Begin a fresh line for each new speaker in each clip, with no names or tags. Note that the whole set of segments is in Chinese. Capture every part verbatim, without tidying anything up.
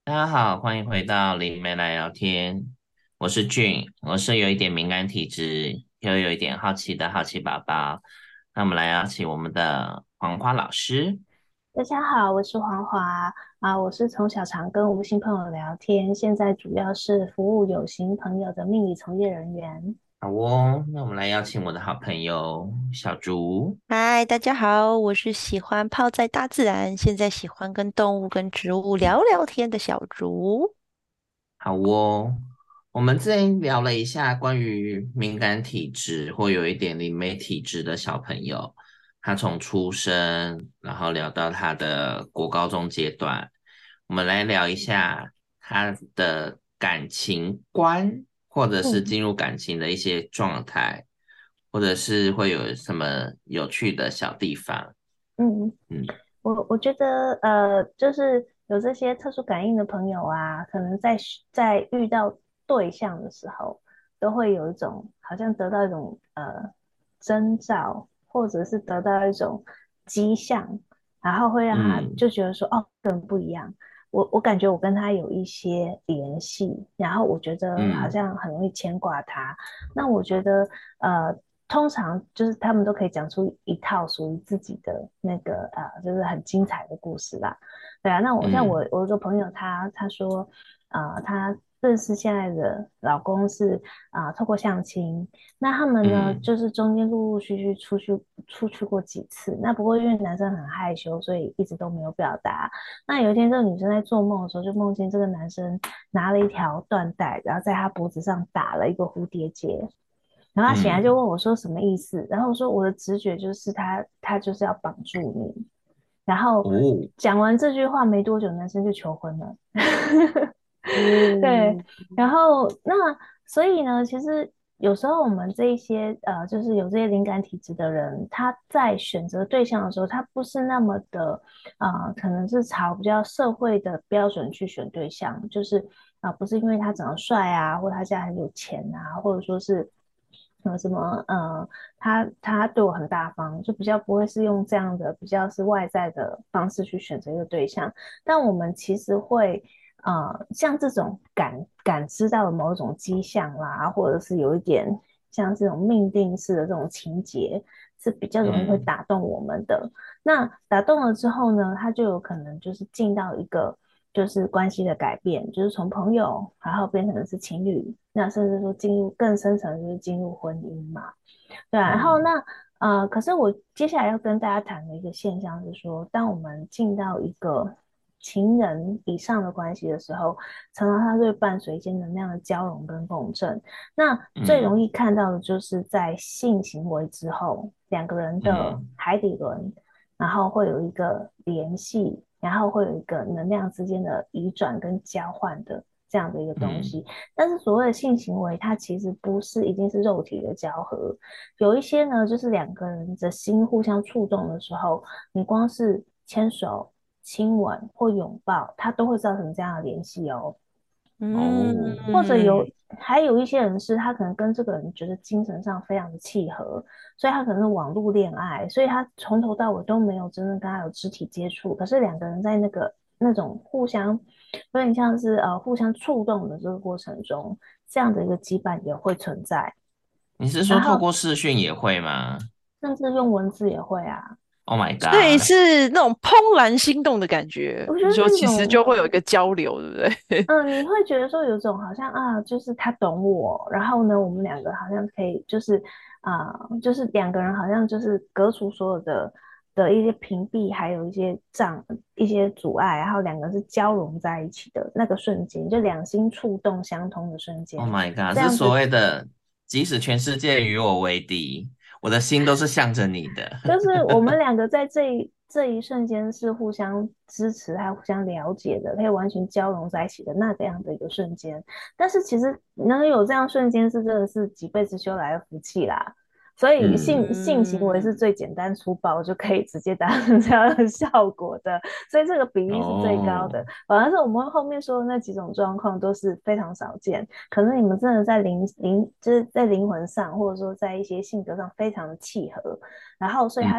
大家好，欢迎回到灵媒来聊天。我是俊，我是有一点敏感体质，又有一点好奇的好奇宝宝。那我们来邀请我们的黄花老师。
大家好，我是黄华啊，我是从小常跟无形朋友聊天，现在主要是服务有形朋友的命理从业人员。
好哦，那我们来邀请我的好朋友小竹。
嗨，大家好，我是喜欢泡在大自然，现在喜欢跟动物、跟植物聊聊天的小竹。
好哦，我们之前聊了一下关于敏感体质或有一点灵媒体质的小朋友，他从出生，然后聊到他的国高中阶段，我们来聊一下他的感情观，或者是
嗯
进入感情的一些状态，或者是会有什么有趣的小地方。
嗯，
嗯
我我觉得呃，就是有这些特殊感应的朋友啊，可能在在遇到对象的时候，都会有一种好像得到一种呃征兆，或者是得到一种迹象，然后会让他
嗯
就觉得说哦，我我感觉我跟他有一些联系，然后我觉得好
嗯
像很容易牵挂他。那我觉得呃，通常就是他们都可以讲出一套属于自己的那个呃，就是很精彩的故事啦。对啊，那我像我
嗯
我有个朋友他他说，呃，他认识现在的老公是啊、呃透过相亲，那他们呢，
嗯
就是中间陆陆续续出去出去过几次。那不过因为男生很害羞，所以一直都没有表达。那有一天，这个女生在做梦的时候，就梦见这个男生拿了一条缎带，然后在她脖子上打了一个蝴蝶结。然后他醒来就
嗯，
问我说什么意思？然后我说我的直觉就是他他就是要绑住你。然后
哦
讲完这句话没多久，男生就求婚了。对，
哦，
然后那所以呢，其实有时候我们这一些呃，就是有这些灵感体质的人，他在选择对象的时候，他不是那么的呃，可能是朝比较社会的标准去选对象，就是啊、呃不是因为他长得帅啊，或他家很有钱啊，或者说是。呃，什么？呃，他他对我很大方，就比较不会是用这样的比较是外在的方式去选择一个对象。但我们其实会呃，像这种感感知到的某种迹象啦，或者是有一点像这种命定式的这种情节，是比较容易会
嗯
打动我们的。那打动了之后呢，他就有可能就是进到一个就是关系的改变，就是从朋友，然后变成是情侣，那甚至说进入更深层，就是进入婚姻嘛。对啊，然后
嗯
那呃，可是我接下来要跟大家谈的一个现象是说，当我们进到一个情人以上的关系的时候，常常它会伴随一些能量的交融跟共振。那最容
嗯
易看到的就是在性行为之后，两个人的
嗯
海底轮，然后会有一个联系，然后会有一个能量之间的移转跟交换的这样的一个东
嗯
西。但是所谓的性行为，它其实不是一定是肉体的交合，有一些呢，就是两个人的心互相触动的时候，你光是牵手、亲吻或拥抱，它都会造成这样的联系哦。
哦，
或者有，
嗯，
还有一些人是他可能跟这个人觉得精神上非常的契合，所以他可能是网络恋爱，所以他从头到尾都没有真正跟他有肢体接触，可是两个人在那个那种互相有点像是呃互相触动的这个过程中，这样的一个羁绊也会存在，
你是说
然后
透过视讯也会吗
甚至用文字也会啊。
？Oh my
所以
god！
是那种怦然心动的感觉，
我觉得
你说其实
那种
就会有一个交流，对不对？
嗯，你会觉得说有种好像啊，就是他懂我，然后呢，我们两个好像可以就是啊、就是两个人好像就是隔除所有的的一些屏蔽，还有一些障一些阻碍，然后两个人是交融在一起的那个瞬间，就两心触动相通的瞬
Oh
间，
my god！是所
这样子
谓的，即使全世界与我为敌，我的心都是向着你的。
就是我们两个在这一这一瞬间是互相支持，还互相了解的，可以完全交融在一起的那个样的一个瞬间。但是其实能有这样瞬间，是真的是几辈子修来的福气啦。所以性
嗯
性行为是
嗯，
最简单粗暴，就可以直接达成这样的效果的，所以这个比例是最高
哦，
的。反而是我们后面说的那几种状况都是非常少见，可能你们真的在灵灵就是在灵魂上，或者说在一些性格上非常的契合，然后所以他
嗯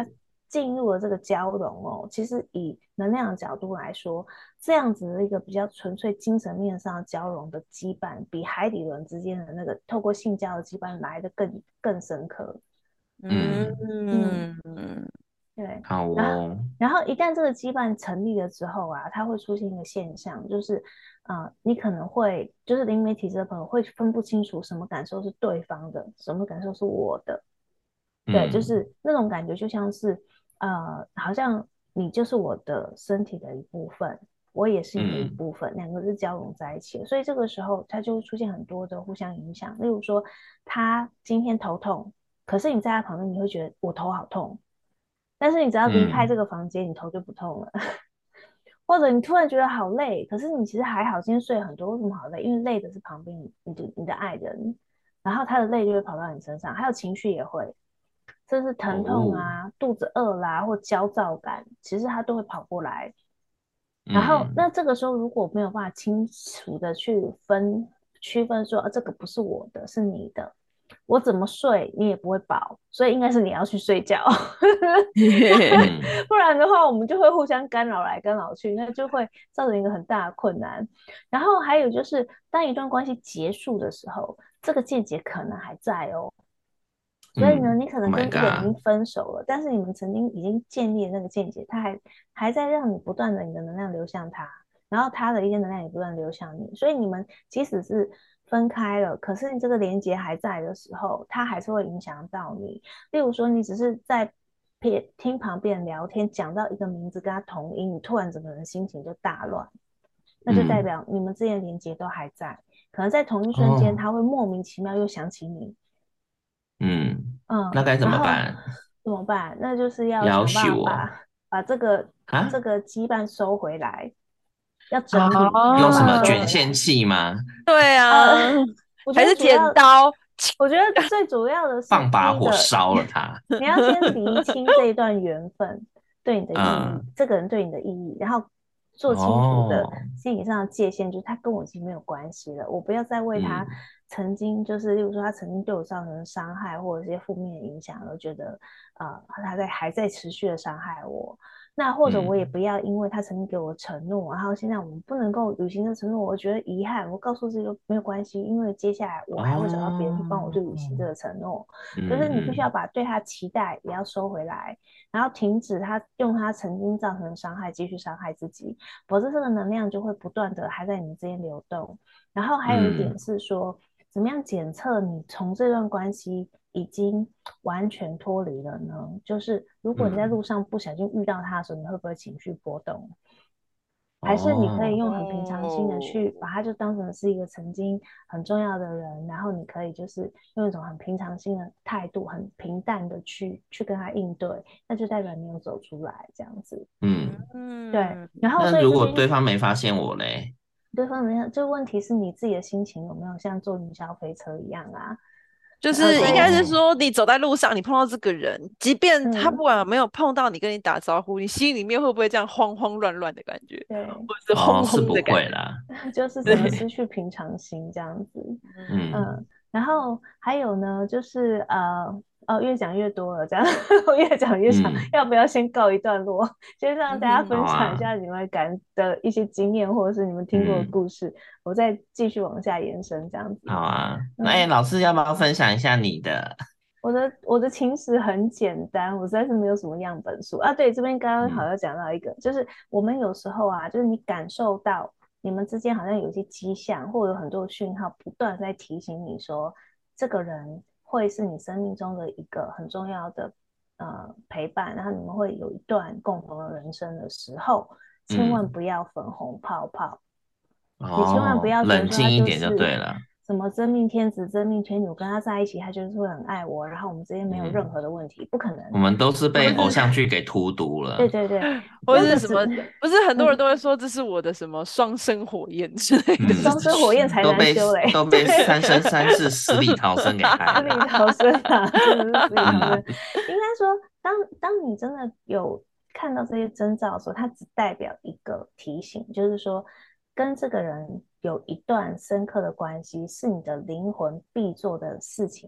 进入了这个交融哦，其实以能量的角度来说，这样子的一个比较纯粹精神面上的交融的羁绊，比海底轮之间的那个透过性交的羁绊来的更更深刻。
嗯
嗯，
嗯
对。
好
然后，
哦，
然后一旦这个羁绊成立了之后啊，它会出现一个现象，就是，呃，你可能会，就是灵媒体质的朋友会分不清楚什么感受是对方的，什么感受是我的。对，就
嗯
是那种感觉，就像是，呃，好像你就是我的身体的一部分，我也是你的一
嗯
部分，两个是交融在一起的，所以这个时候它就会出现很多的互相影响。例如说，他今天头痛，可是你在他旁边，你会觉得我头好痛，但是你只要离开这
嗯
个房间，你头就不痛了。或者你突然觉得好累，可是你其实还好，今天睡很多，为什么好累？因为累的是旁边你你的你的爱人，然后他的累就会跑到你身上，还有情绪也会，甚至疼痛
哦
啊、肚子饿啦或焦躁感，其实他都会跑过来。然后那
嗯
这个时候如果没有办法清楚的去分区分说，啊，这个不是我的，是你的，我怎么睡你也不会饱，所以应该是你要去睡觉。
嗯
不然的话，我们就会互相干扰来干扰去，那就会造成一个很大的困难。然后还有就是，当一段关系结束的时候，这个见解可能还在哦。所以呢，
嗯
你可能
，Oh my
跟一个人已经
god，
分手了，但是你们曾经已经建立的那个见解，他还还在让你不断的你的能量流向他，然后他的一些能量也不断流向你，所以你们即使是分开了，可是你这个连接还在的时候，它还是会影响到你。例如说，你只是在听听旁边人聊天，讲到一个名字跟他同音，你突然整个人心情就大乱，那就代
嗯
表你们之间的连接都还在，可能在同一瞬间，
哦
他会莫名其妙又想起你。
嗯，那
嗯，
该怎
然后
么办？
怎么办？那就是要
要
想办
许我
法把把这个这
啊
个羁绊收回来，要整理，然后
有什
把它
啊，
么卷线
收回来。
器吗？
对
呃，
啊，
我觉
还是
得主要，
剪刀？
我觉得最主要的是
放把火
第一个，
烧了它。
你要先厘清这一段缘分对你的意义，
嗯，
这个人对你的意义，然后做清楚的
哦，
心理上的界限，就是他跟我已经没有关系了，我不要再为他
嗯
曾经就是，例如说他曾经对我造成的伤害或者一些负面的影响，而觉得呃他在还在持续的伤害我。那或者我也
嗯
不要因为他曾经给我承诺，然后现在我们不能够履行这承诺，我觉得遗憾。我告诉自己说没有关系，因为接下来我还会找到别人去帮我去履行这
哦，
个承诺。就是你必须要
嗯嗯
把对他的期待也要收回来，然后停止他用他曾经造成的伤害继续伤害自己，否则这个能量就会不断的还在你们之间流动。然后还有一点
嗯
是说，怎么样检测你从这段关系已经完全脱离了呢？就是如果你在
嗯，
路上不小心遇到他的时候，你会不会情绪波动？还是你可以
哦
用很平常心的去
哦，
把他就当成是一个曾经很重要的人，然后你可以就是用一种很平常心的态度，很平淡的去去跟他应对，那就代表你有走出来这样子。
嗯，
对，
嗯，
然后
那
所以这边
如果对方没发现我嘞？
对方没有，这问题是你自己的心情有没有像坐云霄飞车一样啊？呃，
就是应
所以
该是
哦，
说，你走在路上，你碰到这个人，即便他不
嗯，
管有没有碰到你，跟你打招呼，你心里面会不会这样慌慌乱乱的感觉，
对，
或者是
哦，
轰
是不
轰的感觉？
会啦。
就是整个失
对，
去平常心这样子。
嗯，
嗯，然后还有呢，就是呃，哦，越讲越多了，这样我越讲越长，
嗯，
要不要先告一段落？先让大家分享一
好啊，
下你们感的一些经验，或者是你们听过的
嗯，
故事，我再继续往下延伸这样子。
好啊。那哎，
嗯，
老师要不要分享一下你的？
我的我的情史很简单，我实在是没有什么样本数啊。对，这边刚刚好
嗯
像讲到一个，就是我们有时候啊，就是你感受到你们之间好像有一些迹象，或有很多讯号不断在提醒你说，这个人会是你生命中的一个很重要的呃陪伴，然后你们会有一段共同的人生的时候，千万
嗯，
不要粉红泡泡。你千万不
哦，
要觉得
冷
说他就
静一点就
是
对了。
什么真命天子、真命天女，我跟他在一起，他就是会很爱我，然后我们之间没有任
嗯，
何的问题，不可能。
我们都是被偶
或是
像剧给荼毒了。
对对对，
或
那个只
是什么？不是很多人
嗯，
都会说这是我的什么双生火焰之类的这
嗯，
双
种。
生火焰才
都被
难修嘞，
都被
对，
三生三世死里逃生给害了。
死里逃生啊，真的是死里逃生。
嗯
应该说，当当你真的有看到这些征兆的时候，它只代表一个提醒，就是说，跟这个人有一段深刻的关系，是你的灵魂必做的事情，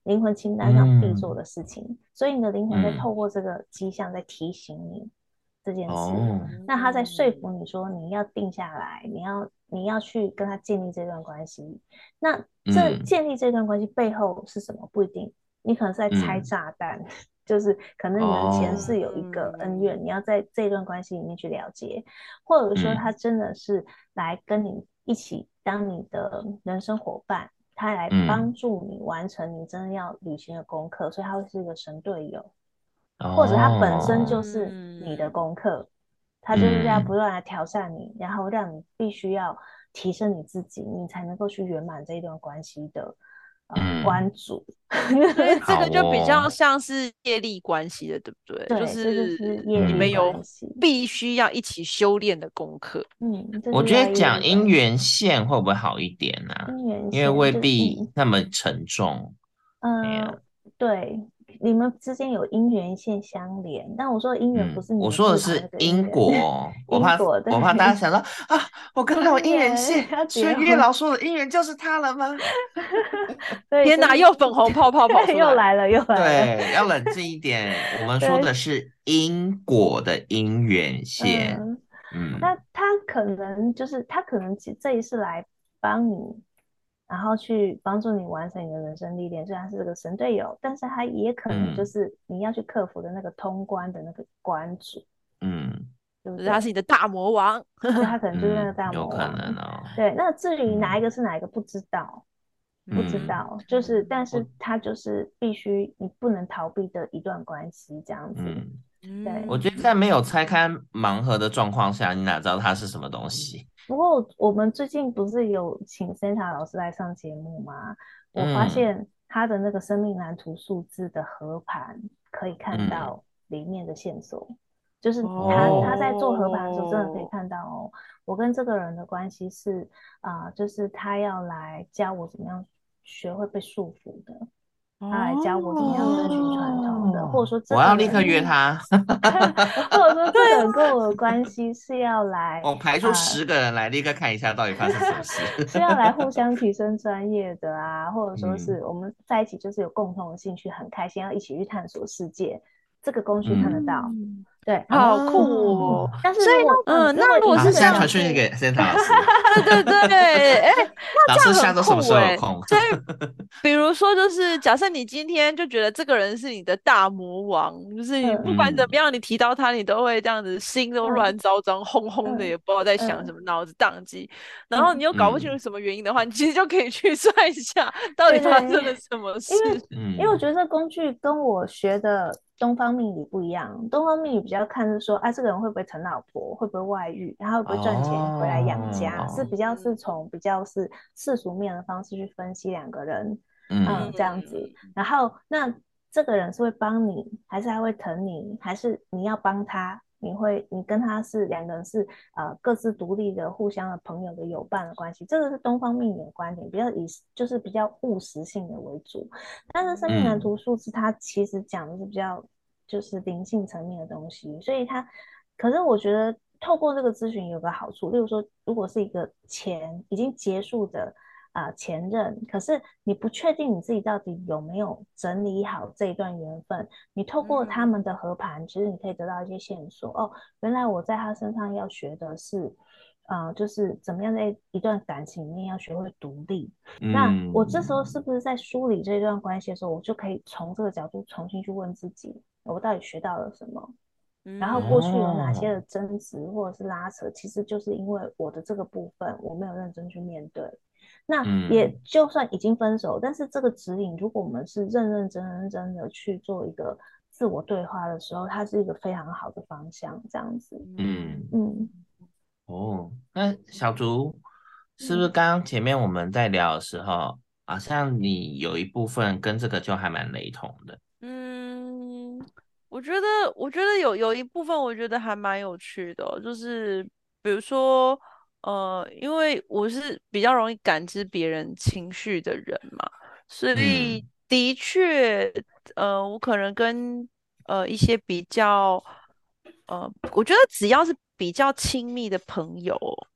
灵魂清单上必做
嗯，
的事情，所以你的灵魂在
嗯，
透过这个迹象在提醒你这件事。
哦，
那他在说服
嗯
你说你要定下来，你要你要去跟他建立这段关系。那这
嗯，
建立这段关系背后是什么？不一定，你可能是在拆
嗯，
炸弹，就是可能你们前
哦，
世有一个恩
嗯
怨，你要在这段关系里面去了结，或者说他
嗯，
真的是来跟你一起当你的人生伙伴，他来帮
嗯，
助你完成你真的要履行的功课，所以他会是一个神队友。或者他本身
哦，
就是你的
嗯
功课，他就是要不
嗯。
断来挑战你，然后让你必须要提升你自己，你才能够去圆满这一段关系的呃
嗯，
关主。
所以这
好
个就比较
哦，
像是业力关系的，对不对？就
对，这就是
是
业力
你们有
关系。
必须要一起修炼的功课。
嗯，这
我
就叫业
觉得讲
力关系。
姻缘线会不会好一点呢、
姻缘
因为未
线就是嗯
必那么沉重。哎呀，
呃，对，你们之间有姻缘线相连，但我说的姻缘不
嗯，
是
我说的
女字旁那
是因
个姻缘，
果，我怕
因果对。
我怕大家想到啊，我跟他有姻缘
姻缘
线，
要
所以
结婚。
月老说的姻缘就是他了吗？
对，
天哪，
就是
又粉红泡泡跑出来。
又来了，又来了。
对，要冷静一点。我们说的
对，
是因果的姻缘线。
嗯，
嗯
那他可能就是他可能其这一次来帮你，然后去帮助你完成你的人生历练。虽然是这个神队友，但是他也可能就
嗯
是你要去克服的那个通关的那个关主，
嗯
对不
就是他是
对？
你的大魔王。
对，他可能就是那个
嗯，
大
有可
魔王。
能哦。
对，那至于哪一
嗯
个是哪一个不知道，不知
嗯，
嗯
道，就是但
我
是他就是必须你不能逃避的一段关系，这样子。
嗯。我
对。
觉得在
嗯
没有拆开盲盒的状况下，你哪知道它是什么东西？
不过我们最近不是有请 Santa 老师来上节目吗？我发
嗯
现他的那个生命蓝图数字的合盘可以看
嗯，
到里面的线索，就是他他
哦，
在做合盘的时候，真的可以
哦，
看到哦，我跟这个人的关系是啊、呃就是他要来教我怎么样学会被束缚的，他来教我怎么样遵循传统的，或者
哦，
说这
我要立刻
个人，
约他。
或者说这个人跟我的关系是要来
我排出
啊。
十个人来，立刻看一下到底发生什么事。
是要来互相提升专业的啊，或者说
嗯
是我们在一起就是有共同的兴趣，很开心要一起去探索世界，这个工具看得
嗯，
到。
嗯，
对。
好酷
哦，
哦！
但是
所以，
如果嗯，
嗯，
如果
那如果
好，
以这个
是这样，
现在传
角度。
讯息给 Santa 老师。
对对对，哎，那
老师
这样很
下周什么时候有
酷哎。
空？
所以，比如说，就是假设你今天就觉得这个人是你的大魔王，就是你不
嗯
管怎么
嗯
样，你提到他，你都会这样子心都
嗯
乱糟糟、轰轰的，
嗯
也不知道在想什
嗯
么，脑子宕机。然后你
嗯，
又搞不清楚
嗯
什么原因的话，你其实就可以去算一下，到底
对对，
发生了什么事。
因为因为我
嗯，
觉得这工具跟我学的东方命理不一样，东方命理比较看是说，哎、啊，这个人会不会疼老婆，会不会外遇，然后会不会赚钱回来养家，是
哦，
比较是
嗯
从比较是世俗面的方式去分析两个人，嗯，
嗯
这样子。
嗯
然后那这个人是会帮你，还是他会疼你，还是你要帮他？你会，你跟他是两个人是呃各自独立的、互相的朋友的友伴的关系，这个是东方命理的观点，比较以就是比较务实性的为主。但是生命蓝
嗯
图数字它其实讲的是比较就是灵性层面的东西，所以它，可是我觉得透过这个咨询有个好处，例如说，如果是一个前已经结束的啊、呃前任，可是你不确定你自己到底有没有整理好这一段缘分，你透过他
嗯
们的合盘，其实你可以得到一些线索。哦，原来我在他身上要学的是。呃，就是怎么样在一段感情里面要学会独立，那我这时候是
嗯，
不是在梳理这段关系的时候，我就可以从这个角度重新去问自己，我到底学到了什么？然后过去有哪些
哦，
的争执或者是拉扯，其实就是因为我的这个部分我没有认真去面对。那也
嗯
就算已经分手，但是这个指引，如果我们是认认真认真的去做一个自我对话的时候，它是一个非常好的方向，这样子。
嗯。
嗯
哦，那小竹是不是
嗯
刚刚前面我们在聊的时候，好像你有一部分跟这个就还蛮雷同的。
嗯，我觉得，我觉得有有一部分我觉得还蛮有趣的哦，就是比如说，呃，因为我是比较容易感知别人情绪的人嘛，所以
嗯
的确，呃，我可能跟呃一些比较，呃，我觉得只要是比较亲密的朋友，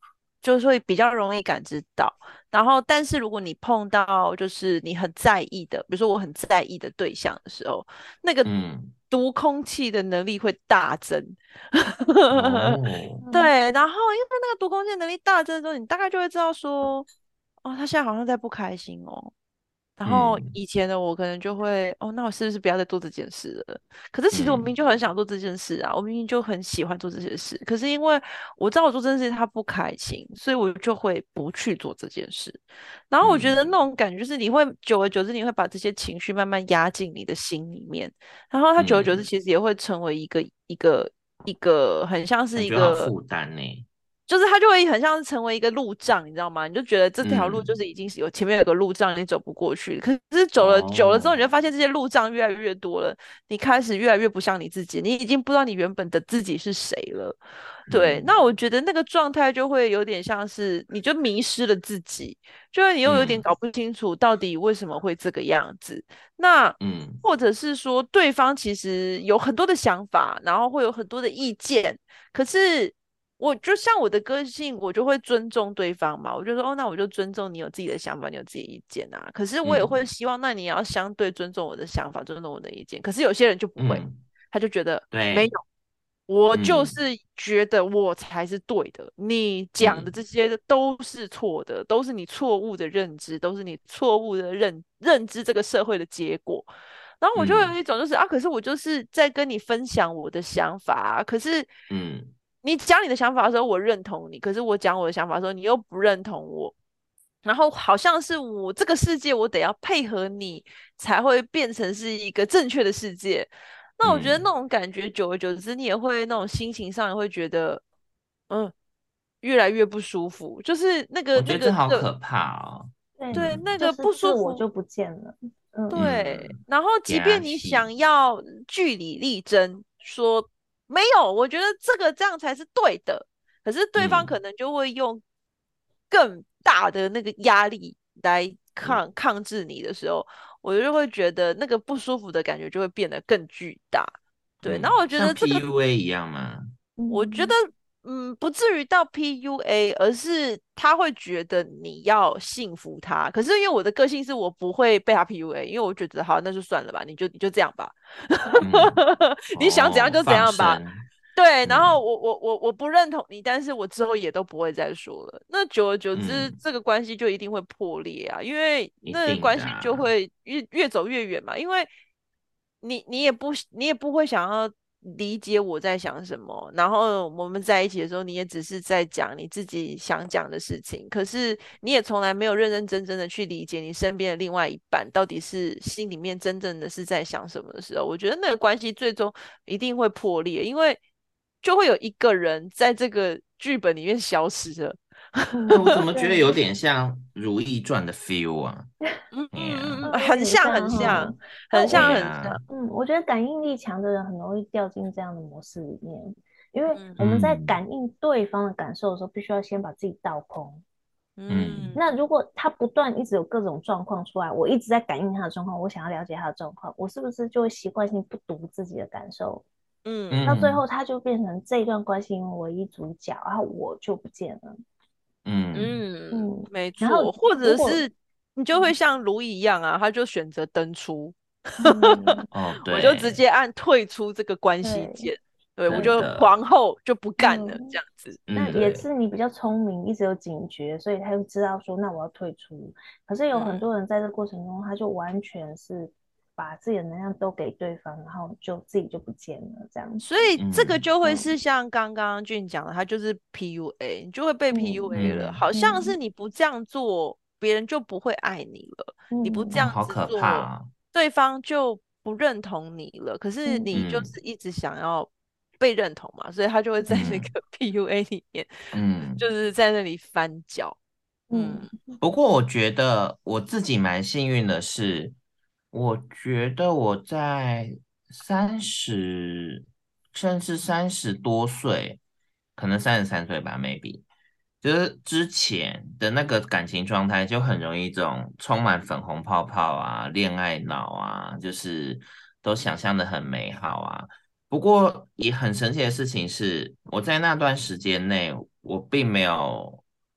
就是会比较容易感知到。然后，但是如果你碰到就是你很在意的，比如说我很在意的对象的时候，那个
嗯，
读空气的能力会大增。
哦，
嗯
对，然后因为那个读空气的能力大增之后，你大概就会知道说，哦，他现在好像在不开心哦。然后
嗯
以前的我可能就会，哦，那我是不是不要再做这件事了？可是其实我明明
嗯
就很想做这件事啊，我明明就很喜欢做这些事，可是因为我知道我做这件事他不开心，所以我就会不去做这件事。然后我觉得
嗯
那种感觉就是你会久而久之，你会把这些情绪慢慢压进你的心里面，然后它久而久之
嗯，
其实也会成为一个一个一个很像是
感
一个
觉好负担呢。
就是它就会很像是成为一个路障，你知道吗？你就觉得这条路就
嗯，
是已经是有前面有个路障，你走不过去。可是走了久了之后，
哦，
你就发现这些路障越来越多了，你开始越来越不像你自己，你已经不知道你原本的自己是谁了。对，
嗯
那我觉得那个状态就会有点像是你就迷失了自己，就是你又有点
嗯
搞不清楚到底为什么会这个样子。那
嗯
或者是说，对方其实有很多的想法，然后会有很多的意见，可是我就像我的个性，我就会尊重对方嘛，我就说哦，那我就尊重你有自己的想法，你有自己的意见啊。可是我也会
嗯
希望，那你也要相对尊重我的想法，尊重我的意见。可是有些人就不会，
嗯，
他就觉得没
对，
有，我就
嗯
是觉得我才是对的，你讲的
嗯
这些都是错的，都是你错误的认知，都是你错误的认认知这个社会的结果。然后我就有
嗯
一种就是啊，可是我就是在跟你分享我的想法啊，可是
嗯
你讲你的想法的时候，我认同你；可是我讲我的想法的时候，你又不认同我。然后好像是我这个世界，我得要配合你，才会变成是一个正确的世界。那我觉得那
嗯，
种感觉，久而久之，你也会那种心情上也会觉得，嗯，越来越不舒服。就是那个
我觉得这
那个那个，
好可怕哦。
对，
对，
嗯
就是
那个不舒服。
自我就不见了。嗯
对，
嗯，
然后即
压
便你
系，
想要据理力争，说没有，我觉得这个这样才是对的，可是对方可
嗯
能就会用更大的那个压力来
嗯，
抗抗制你的时候，我就会觉得那个不舒服的感觉就会变得更巨大。对，那
嗯，
我觉
像
得这个
P U A 一样吗？
我觉得，
嗯
嗯，不至于到 P U A，而是他会觉得你要信服他。可是因为我的个性是我不会被他 P U A，因为我觉得好，那就算了吧，你就你就这样吧，
嗯，
你想怎样
哦，
就怎
放
样吧。
生，
对，然后
嗯
我我我我不认同你，但是我之后也都不会再说了。那久而久之，
嗯，
这个关系就一定会破裂啊，因为
一
那个关系就
定的啊，
会越越走越远嘛。因为你你也不你也不会想要理解我在想什么，然后我们在一起的时候，你也只是在讲你自己想讲的事情，可是你也从来没有认认真真的去理解你身边的另外一半到底是心里面真正的是在想什么的时候，我觉得那个关系最终一定会破裂，因为就会有一个人在这个剧本里面消失了。
哎，我怎
嗯，
么觉得
对，
有点像《如懿传》的 feel 啊？
嗯
哎呀，
嗯嗯嗯，
嗯，有
很像很
点像
像
哈。那
很
我
像很像，
对呀，
嗯，我觉得感应力强的人很容易掉进这样的模式里面，因为
嗯
我们在
嗯
感应对方的感受的时候，必须要先把自己倒空。
嗯
嗯
那如果他不断一直有各种状况出来，我一直在感应他的状况，我想要了解他的状况，我是不是就会习惯性不读自己的感受？
嗯
到最后，
嗯
他就变成这一段关系里面唯一主角，然后我就不见了。
嗯，
嗯，
嗯，
没错，
然后
或
如果
者是你就会
嗯
像卢一样啊，他就选择登出，
嗯
哦，
我就直
对，
接按退出这个关系
对，
键，对，我就
真的，
皇后就不干了，这
嗯，
样子。
那也
嗯
对，
是你比较聪明，一直有警觉，所以他就知道说，那我要退出。可是有很
嗯，
多人在这过程中，他就完全是把自己的能量都给对方，然后就自己就不见了，这样子。
所以这个
嗯
就会是
嗯
像刚刚俊讲的，他就是 P U A，你就会被
嗯
P U A 了，
嗯，
好像是
嗯
你不这样做，别人就不会爱你了，你不这
嗯
哦，
样子
好可怕
做，
啊，
对方就不认同你了。可是
嗯
你就
嗯
是一直想要被认同嘛，所以他就会在那
嗯
个 P U A 里面，就
嗯。
是在那里翻脚。嗯
嗯
不过我觉得我自己蛮幸运的是，我觉得我在三十甚至三十多岁，可能三十三岁吧，maybe，就是之前的那个感情状态就很容易这种充满粉红泡泡啊、恋爱脑啊，就是都想象的很美好啊。不过也很神奇的事情是，我在那段时间内，我并没有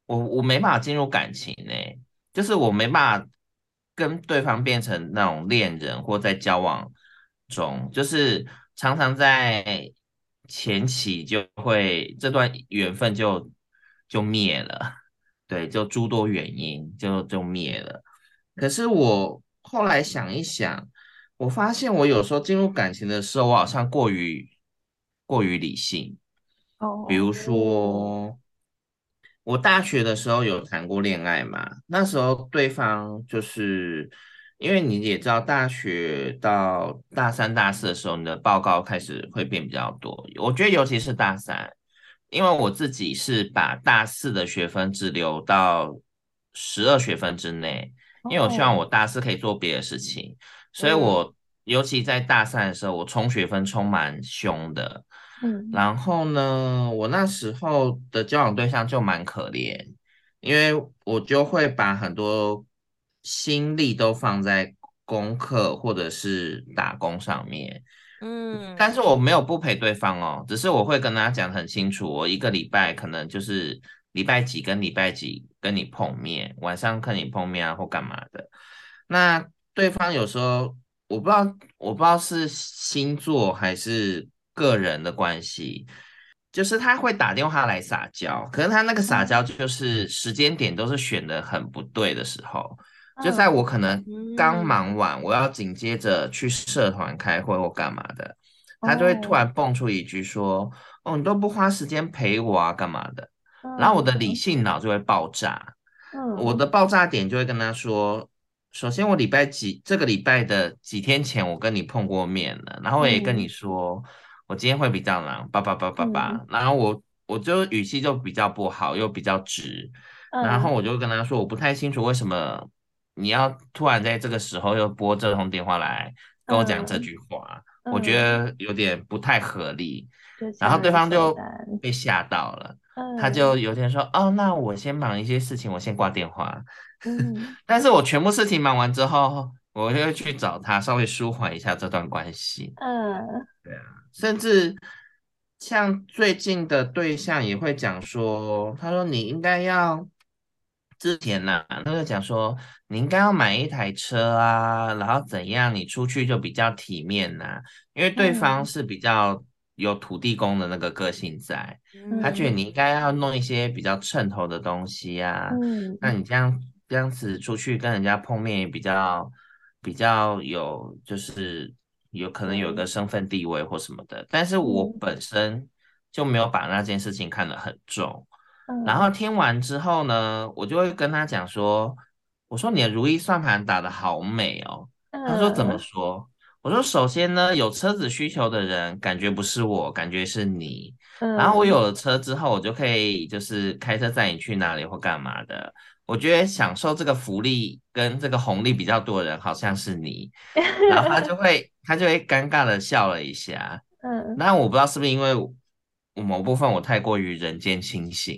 我我没办法进入感情呢、就是我没办法跟对方变成那种恋人或在交往中，就是常常在前期就会这段缘分就就灭了，对，就诸多原因就就灭了。可是我后来想一想，我发现我有时候进入感情的时候，我好像过于过于理性。比如
哦，
说，我大学的时候有谈过恋爱嘛，那时候对方就是因为你也知道，大学到大三、大四的时候，你的报告开始会变比较多。我觉得尤其是大三，因为我自己是把大四的学分只留到十二学分之内，因为我希望
哦，
我大四可以做别的事情，所以
嗯
我尤其在大三的时候，我冲学分冲蛮凶的。
嗯
然后呢，我那时候的交往对象就蛮可怜，因为我就会把很多心力都放在功课或者是打工上面，但是
嗯
我没有不陪对方哦，只是我会跟他讲很清楚，我一个礼拜可能就是礼拜几跟礼拜几跟你碰面，晚上跟你碰面啊或干嘛的。那对方有时候我不知道，我不知道是星座还是个人的关系，就是他会打电话来撒娇，可是他那个撒娇
嗯
就是时间点都是选的很不对的时候，就在我
嗯
可能刚忙
嗯
完，我要紧接着去社团开会或干嘛的，他就会突
哦，
然蹦出一句说：“哦，你都不花时间陪我啊，干嘛的？”然后我的理
嗯
性脑就会爆炸，我
嗯
的爆炸点就会跟他说：首先，我礼拜几这个礼拜的几天前，我跟你碰过面了，然后我也跟你
嗯
说，我今天会比较忙，叭叭叭叭
嗯
叭，然后我我就语气就比较不好，又比较直，然后
嗯
我就跟他说，我不太清楚为什么你要突然在这个时候又拨这通电话来跟我讲这
嗯
句话，我觉
嗯，
得有点不太合理，
就
然后对
强人所
方就
难。
被吓到了。他就
嗯
有点说，哦，那我先忙一些事情，我先挂电话。
嗯
但是我全部事情忙完之后，我就会去找他，稍微舒缓一下这段关系。
嗯
甚至像最近的对象也会讲说，他说你应该要之前呐、他就讲说你应该要买一台车啊，然后怎样你出去就比较体面呐、因为对方
嗯
是比较有土地公的那个个性在，他觉得
嗯
你应该要弄一些比较称头的东西啊，那
嗯
你这样这样子出去跟人家碰面也比较比较有，就是有可能有一个
对，
身份地位或什么的。但是我
嗯
本身就没有把那件事情看得很重。然后
嗯
听完之后呢，我就会跟他讲说：“我说你的如意算盘打得好美哦。”他说：“怎么
嗯
说？”我说：“首先呢，有车子需求的人，感觉不是我，感觉是你。然后我
嗯
有了车之后，我就可以就是开车载你去哪里或干嘛的。我觉得享受这个福利跟这个红利比较多的人，好像是你。”然后他就会他就会尴尬的笑了一下。
嗯
那我不知道是不是因为我我某部分我太过于人间清醒，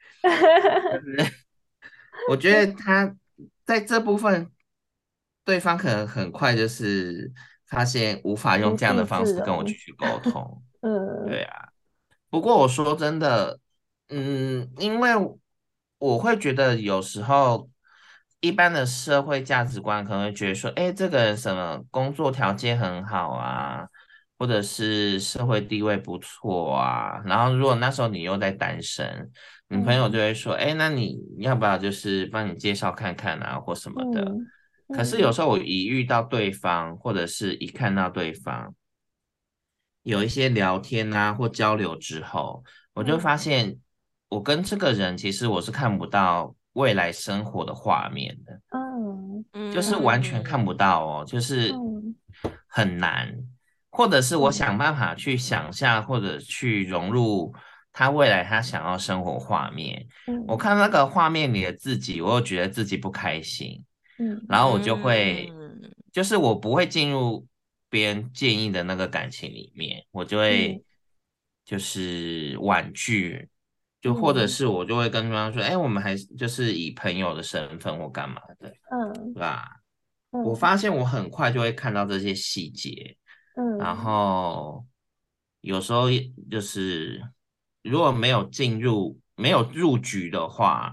我觉得他在这部分，对方可能很快就是发现无法用这样的
无地
方式跟我继
自容。
续沟通。
嗯
对啊，不过我说真的，嗯，因为我会觉得有时候一般的社会价值观可能会觉得说，哎，这个人什么工作条件很好啊，或者是社会地位不错啊，然后如果那时候你又在单身。女朋友就
嗯
会说：“哎，那你要不要就是帮你介绍看看啊，或什么的？”
嗯
可是有
嗯
时候我一遇到对方，或者是一看到对方有一些聊天啊或交流之后，我就
嗯
发现我跟这个人其实我是看不到未来生活的画面的。
嗯
就是完
嗯
全看不到哦，就是
嗯
很难，或者是我
嗯
想办法去想象，或者去融入他未来他想要生活画面。我
嗯
看那个画面里的自己，我又觉得自己不开心，
嗯
然后我就会，
嗯
就是我不会进入别人建议的那个感情里面，我就
嗯
会就是婉拒。就或者
嗯
是我就会跟对方说，哎，我们还是就是以朋友的身份或干嘛的，
嗯
对吧？我
嗯
发现我很快就会看到这些细节，然
嗯
后有时候也就是如果没有进入、没有入局的话，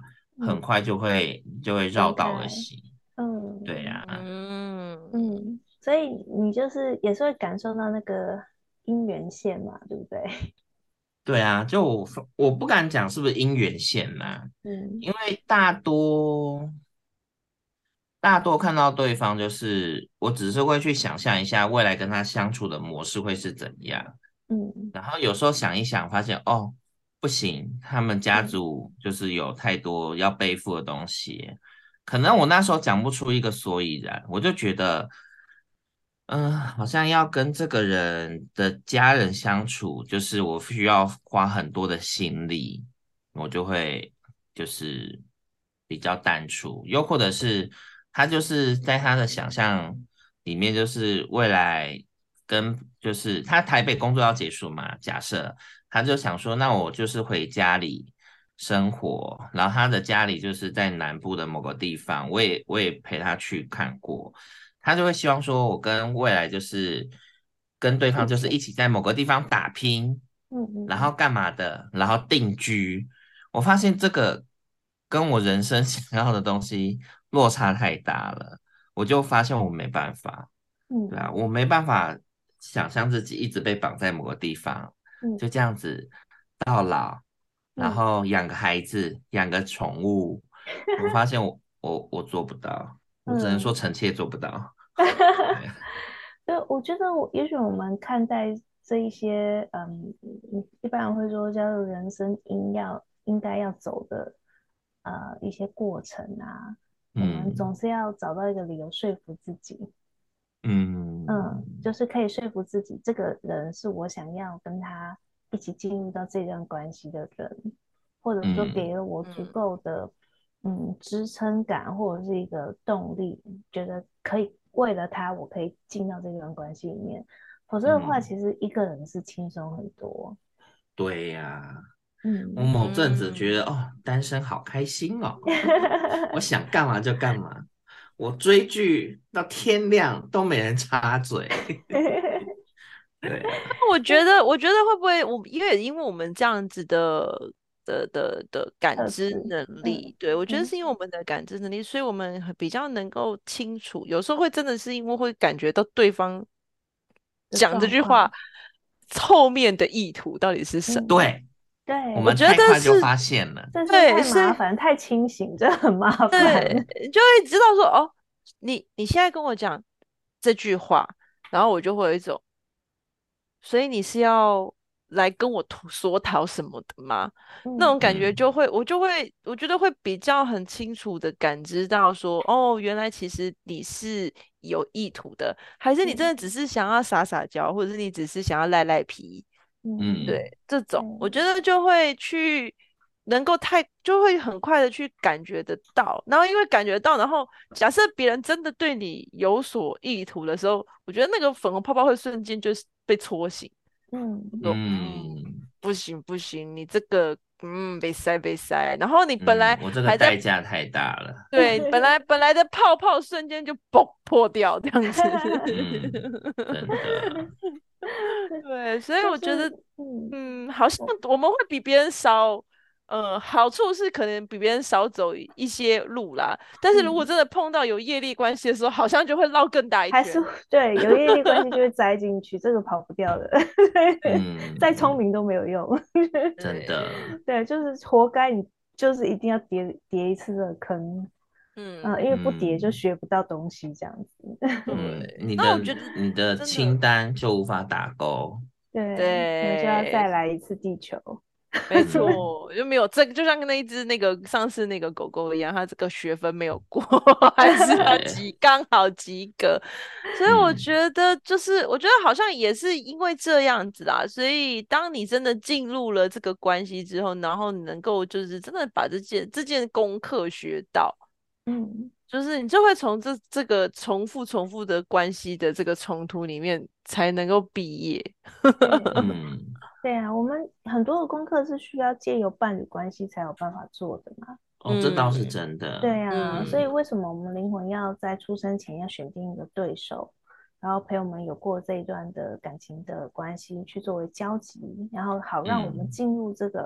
很快就会就会绕
分
道而
开，
行。
嗯
对呀、
嗯，
嗯，所以你就是也是会感受到那个姻缘线嘛，对不对？
对啊，就我我不敢讲是不是姻缘线呐、
嗯
因为大多大多看到对方，就是我只是会去想象一下未来跟他相处的模式会是怎样，
嗯
然后有时候想一想，发现哦不行，他们家
嗯
族就是有太多要背负的东西，可能我那时候讲不出一个所以然，我就觉得。嗯，好像要跟这个人的家人相处，就是我需要花很多的心力，我就会就是比较淡出，又或者是他就是在他的想象里面，就是未来跟就是他台北工作要结束嘛，假设他就想说，那我就是回家里生活，然后他的家里就是在南部的某个地方，我也我也陪他去看过。他就会希望说，我跟未来就是跟对方就是
一起，
一起在某个地方打拼，
嗯嗯
然后干嘛的，然后定居。我发现这个跟我人生想要的东西落差太大了，我就发现我没办法，对啊，
嗯
我没办法想象自己一直被绑在某个地方，
嗯
就这样子到老，然
嗯
后养个孩子，养个宠物，我发现我我我做不到。我只能说
嗯。
臣妾做不到。对，
对，我觉得我也许我们看待这一些，嗯，嗯一般人会说叫做人生应要应该要走的，呃，一些过程啊，我们总
嗯
是要找到一个理由说服自己，嗯，
嗯
就是可以说服自己，这个人是我想要跟他一起进入到这段关系的人，或者说
嗯
给了我足
嗯
够的嗯支撑感，或者是一个动力，觉得可以为了他，我可以进到这段关系里面。否则的话，
嗯，
其实一个人是轻松很多。
对呀、我
嗯，
某阵子觉得
嗯，
哦，单身好开心哦，我想干嘛就干嘛，我追剧到天亮都没人插嘴。对啊，
我觉得，我觉得会不会我因为因为我们这样子的的的的感知
特质，
能力，
嗯
对，我觉得
嗯
是因为我们的感知能力，所以我们很比较能够清楚，有时候会真的是因为会感觉到对方
的
讲这
状况，
句话后面的意图到底是什么。
嗯，
对，我
对，
我觉
们太
得是，
快就发现了。
这是
对，
太
是，
麻烦，太清醒，这很麻烦。
对，就会知道说，哦，你你现在跟我讲这句话，然后我就会有一种。所以你是要来跟我讨索讨什么的吗？那
嗯
种感觉
嗯
就会，我就会，我觉得会比较很清楚的感知到说，哦，原来其实你是有意图的，还是你真
嗯
的只是想要撒撒娇，或者是你只是想要赖赖皮，对，
嗯，
嗯
这
对，
种我觉得就会去能够太就会很快的去感觉得到，然后因为感觉到，然后假设别人真的对你有所意图的时候，我觉得那个粉红泡泡会瞬间就是被戳醒，
嗯
说嗯
嗯
不行不行，你这个嗯被塞被塞，然后你本
嗯，
来
我这个
还在
代价太大了。
对本来本来的泡泡瞬间就嘣破掉这样子。
嗯，真的。
对，所以
就是
我觉得，
嗯，
嗯，好像
我
我们会比别人少，呃，好处是可能比别人少走一些路啦。但是如果
嗯
真的碰到有业力关系的时候，好像就会绕更大一
还是
圈。
对有业力关系就会栽进去，这个跑不掉的，再聪
嗯，
明都没有用。
真的。
对，
对，就是活该你就是一定要跌跌一次这个坑，嗯、因为不跌就
嗯
学不到东西这样子。
嗯，
对，
你的
那我觉得
你的
真的，
清单就无法打勾。
对，那就要再
对，
来一次地球。
没
嗯
错，就没有这个，就像那一只那个上次那个狗狗一样，它这个学分没有过，还是要
对，
及刚好及格。所以我
嗯
觉得，就是我觉得好像也是因为这样子啦，所以当你真的进入了这个关系之后，然后你能够就是真的把这件这件功课学到，
嗯，
就是你就会从这这个重复重复的关系的这个冲突里面才能够毕业。
对
嗯，
对啊，我们很多的功课是需要借由伴侣关系才有办法做的嘛。
哦，这倒是
嗯
真的。
对啊，所以
嗯
嗯。
为什么我们灵魂要在出生前要选定一个对手，然后陪我们有过这一段的感情的关系去作为交集，然后好让我们
嗯
进入这个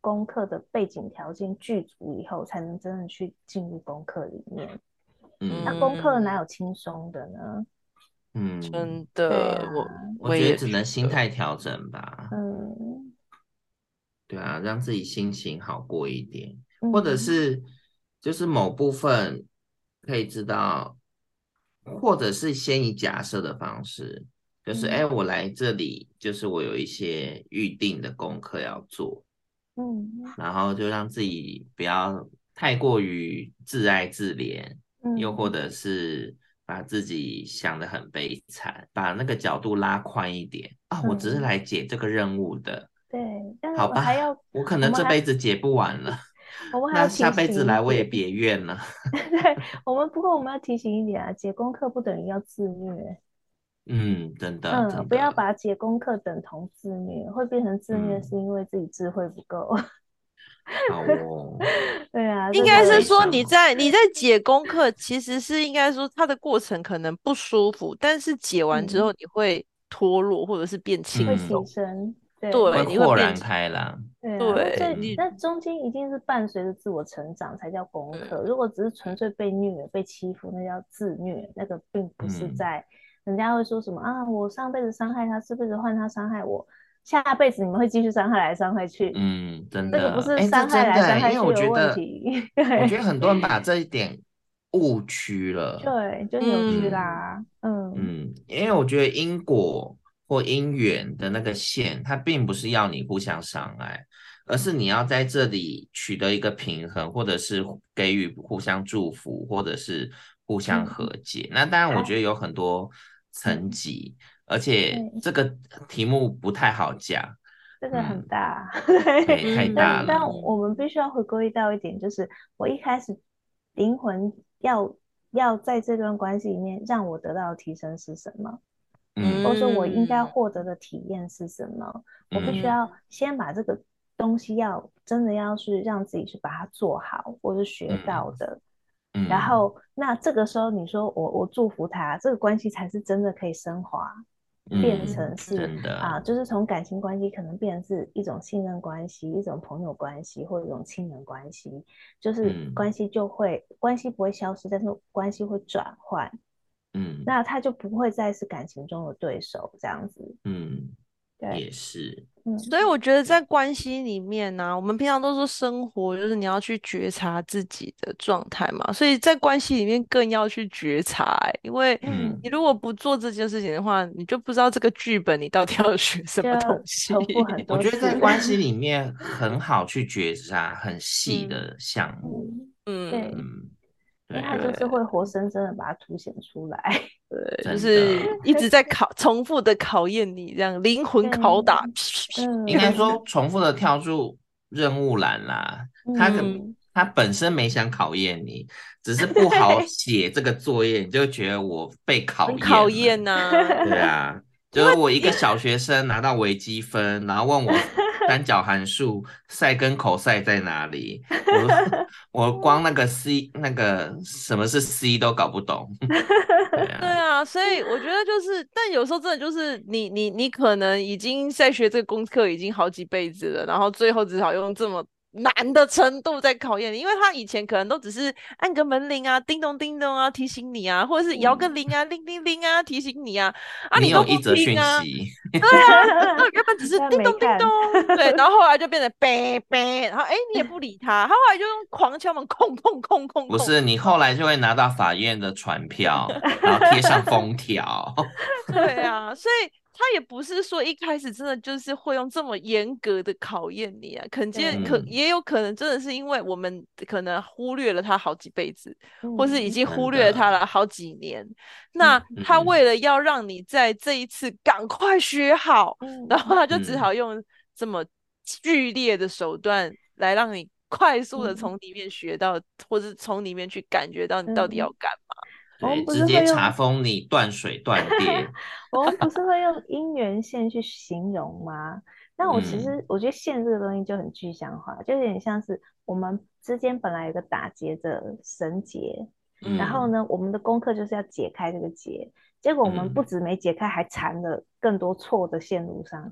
功课的背景条件具足以后，才能真正去进入功课里面。
嗯
那功课哪
嗯，
有轻松的呢？
嗯，
真
对
的，我
啊，
我
我也
觉得只能
觉得，
心态调整吧。
嗯
对啊，让自己心情好过一点，或者
嗯
是就是某部分可以知道，或者是先以假设的方式，就是哎，
嗯
我来这里就是我有一些预定的功课要做，
嗯
然后就让自己不要太过于自爱自怜，又或
嗯，
者是把自己想得很悲惨，把那个角度拉宽一点啊，我只是
嗯，
来解这个任务的。
对，但是
好吧，
我还要，
我可能这
我们还
辈子解不完了，
我们还要
那下
提
辈子来我也
醒一点，
别怨了。
对，我们不过我们要提醒一点啊，解功课不等于要自虐。
嗯，真的
嗯，不要
真的，
把解功课等同自虐，会变成自虐是
嗯，
因为自己智慧不够。
好哦，
对啊，
应
这个
该是说
非常好，
你在你在解功课，其实是应该说它的过程可能不舒服，但是解完之后
嗯
你会脱落或者是变轻
会提
嗯，
松，
升，对
会
对，你会
豁然
变轻，
开朗，
对啊，那
对
这
嗯
你，
那中间一定是伴随着自我成长才叫功课。
嗯
如果只是纯粹被虐、被欺负，那叫自虐，那个并不是
嗯
在人家会说什么啊，我上辈子伤害他，这辈子换他伤害我，下辈子你们会继续伤害来伤害去，
嗯，真
这个不
的，
嗯
是
哎，这
伤害来
真的欸，因为我
伤害去的
觉得，
问题，对
我觉得很多人把这一点误区了，
对，就扭曲
嗯
嗯。
啦，嗯
嗯，因为我觉得因果或因缘的那个线，它并不是要你互相伤害，而是你要在这里取得一个平衡，或者是给予互相祝福，或者是互相和
嗯，
解。那当然，我觉
还
得有很多层
嗯
级，而且
对。
这个题目不太好讲，
这个很
嗯，
大，
对，太大
但但
了，
嗯
我们必须要回归到一点，就是我一开始灵魂要要在这段关系里面让我得到的提升是什么，或者说我应该
嗯
获得的体验是什么？我必须
嗯
要先把这个东西要真的要是让自己去把它做好，或是学到
嗯
的。然
嗯
后，那这个时候你说我我祝福他，这个关系才是真的可以升华，变
嗯，
成是啊，
真的，
就是从感情关系可能变成是一种信任关系、一种朋友关系或者一种亲人关系，就是关
嗯
系就会关系不会消失，但是关系会转换，
嗯
那他就不会再是感情中的对手这样子。
嗯，
对，
也是。
嗯
所以我觉得在关系里面呢、我们平常都说生活就是你要去觉察自己的状态嘛，所以在关系里面更要去觉察欸、因为
嗯，
你如果不做这件事情的话，你就不知道这个剧本你到底要学什么东
就要
西。
重复很
我觉得在
多次。
关系里面很好去觉察很细
嗯
的项目，
嗯，对，
嗯，
嗯，
因为
对啊，
他就是会活生生的把它凸显出来。
对，就
真
是
的，
一直在考，重复的考验你，这样灵魂拷
对，
打。
应该
嗯
说重复的跳出任务栏啦。他可
嗯，
嗯，
他本身没想考验你，只是不好写这个作业，你就觉得我被考
很考
验了。
验呐、
对啊，
因为
就是我一个
因
小学生拿到微积分，然后问我三角函数赛跟口赛在哪里，我我光那个 c 那个什么是 c 都搞不懂。对啊，
对啊，所以我觉得就是，但有时候真的就是你你你可能已经在学这个功课已经好几辈子了，然后最后只好用这么难的程度在考验你，因为他以前可能都只是按个门铃啊，叮咚叮咚啊提醒你啊，或者是摇个
嗯，
铃啊，铃铃铃啊提醒你啊，啊
你
你都不
有一则
听啊，
讯息，
对啊，那原本只是
但
叮咚叮
没看。
咚，对，然后后来就变成呗呗，然后哎你也不理他，他后来就用狂敲门，空空空空空。
不是你后来就会拿到法院的传票，然后贴上封条。
对啊，所以他也不是说一开始真的就是会用这么严格的考验你啊，可见可
对，
嗯
也有可能真的是因为我们可能忽略了他好几辈子，或是已
嗯
经忽略了他
真的，
了好几年。那
嗯
他为
嗯
了要让你在这一次赶快学好，然后
嗯
他就只
嗯
好用这么剧烈的手段来让你快速的
嗯
从里面学到，或是从里面去感觉到你到底要
嗯，
干嘛。
对，
我们不
直接查
是会用，
封你断水断电。
我们不是会用姻缘线去形容吗？那我其
嗯
实我觉得线这个东西就很具象化，就有点像是我们之间本来有个打结的绳结，然后
嗯
呢，我们的功课就是要解开这个结，结果我们不
嗯
止没解开，还缠了更多错的线路上去。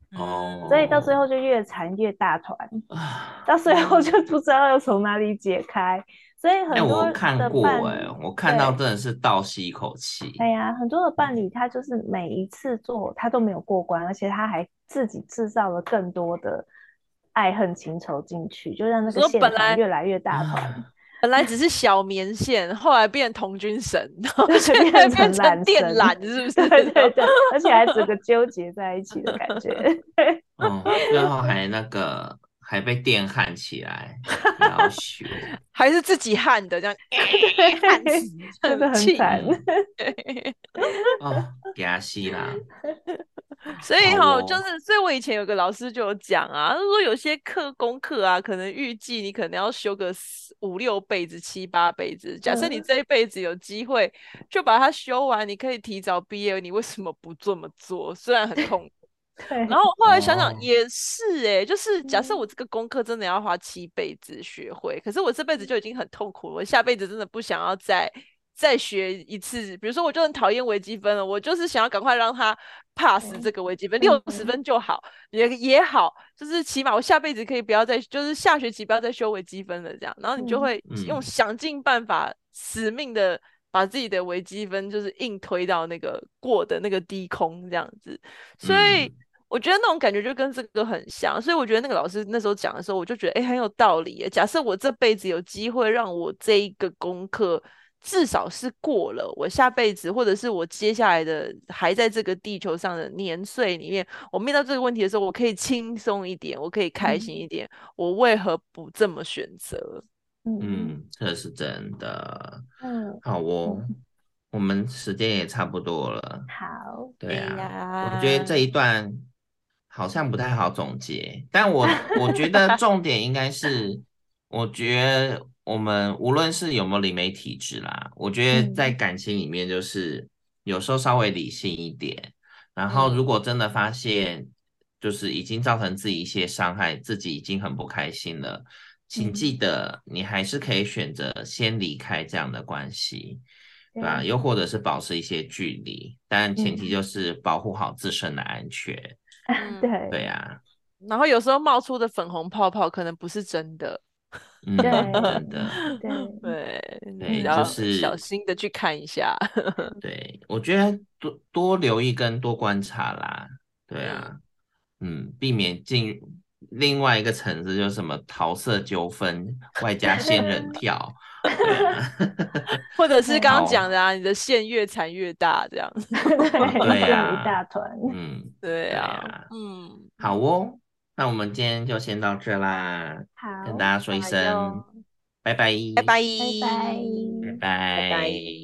嗯，
所以到最
哦
后就越缠越大团，
啊，
到最后就
嗯，
不知道要从哪里解开。所以
哎、
很多
我有看
的
过哎、
伴侣，
我看到
对，
真的是倒吸一口气。
哎呀，很多的伴侣
嗯
他就是每一次做他都没有过关，而且他还自己制造了更多的爱恨情仇进去，就让那个
你说
线团
本来
越来越大团。
啊，
本来只是小棉线，后来变童军绳，然后
对，
现在
变成
变成
缆绳，
电缆，是不
对
是？然后
对对，而且还整个纠结在一起的感觉。
嗯，最后还那个还被电焊起来，要求，
还是自己焊的，这样、欸、焊死，
对，真的
很气。
很惨。
嗯，哦，给他吸啦，
所以哈，就
好哦，
是，所以我以前有个老师就有讲啊，他说有些课功课啊，可能预计你可能要修个四五六辈子、七八辈子。假设你
嗯，
这一辈子有机会就把它修完，你可以提早毕业，你为什么不这么做？虽然很痛苦。然
对，
后我后来想想
哦，
也是诶、就是假设
嗯
我这个功课真的要花七辈子学会，可是我这辈子就已经很痛苦了，我下辈子真的不想要再再学一次。比如说，我就很讨厌微积分了，我就是想要赶快让他 pass 这
对，
个微积分，六十
嗯
分就好，也也好，就是起码我下辈子可以不要再，就是下学期不要再修微积分了，这样，然后你就
嗯
会用
嗯
想尽办法，死命的把自己的微积分就是硬推到那个过的那个低空这样子，所以。
嗯
我觉得那种感觉就跟这个很像，所以我觉得那个老师那时候讲的时候，我就觉得哎很有道理耶。假设我这辈子有机会让我这一个功课至少是过了，我下辈子或者是我接下来的还在这个地球上的年岁里面，我面对这个问题的时候，我可以轻松一点，我可以开心
嗯
一点，我为何不这么选择？
嗯
嗯，这是真的。
嗯
好哦，
嗯，
我们时间也差不多了。
好，
哎
对啊，我觉得这
呀，
一段好像不太好总结，但我我觉得重点应该是，我觉得我们无论是有没有灵媒体质啦，我觉得在
嗯
感情里面就是有时候稍微理性一点，然后如
嗯
果真的发现就是已经造成自己一些伤害，自己已经很不开心了，请记
嗯，
得你还是可以选择先离开这样的关系。对吧？又
对，
或者是保持一些距离，但前提就
嗯，
是保护好自身的安全。
嗯，
对
对
呀，
然后有时候冒出的粉红泡泡可能不是真的。
嗯，真
对
的，
对，
对，
对，就
嗯
要小
是
心的去看一下。
对，我觉得多多留意跟多观察啦。对
嗯，
啊，嗯，避免进另外一个层次，就是什么桃色纠纷，外加仙人跳。对啊，
或者是刚
对
刚讲
好
的啊，你的线越缠越大，这样。
啊，
对，
对
变一大
呀，
团。
嗯，
对啊，
对呀。
嗯，
好哦，那我们今天就先到这啦，跟大
好，
家说一
加
声
油，
拜拜，
拜拜，
拜拜。
拜
拜拜。
拜。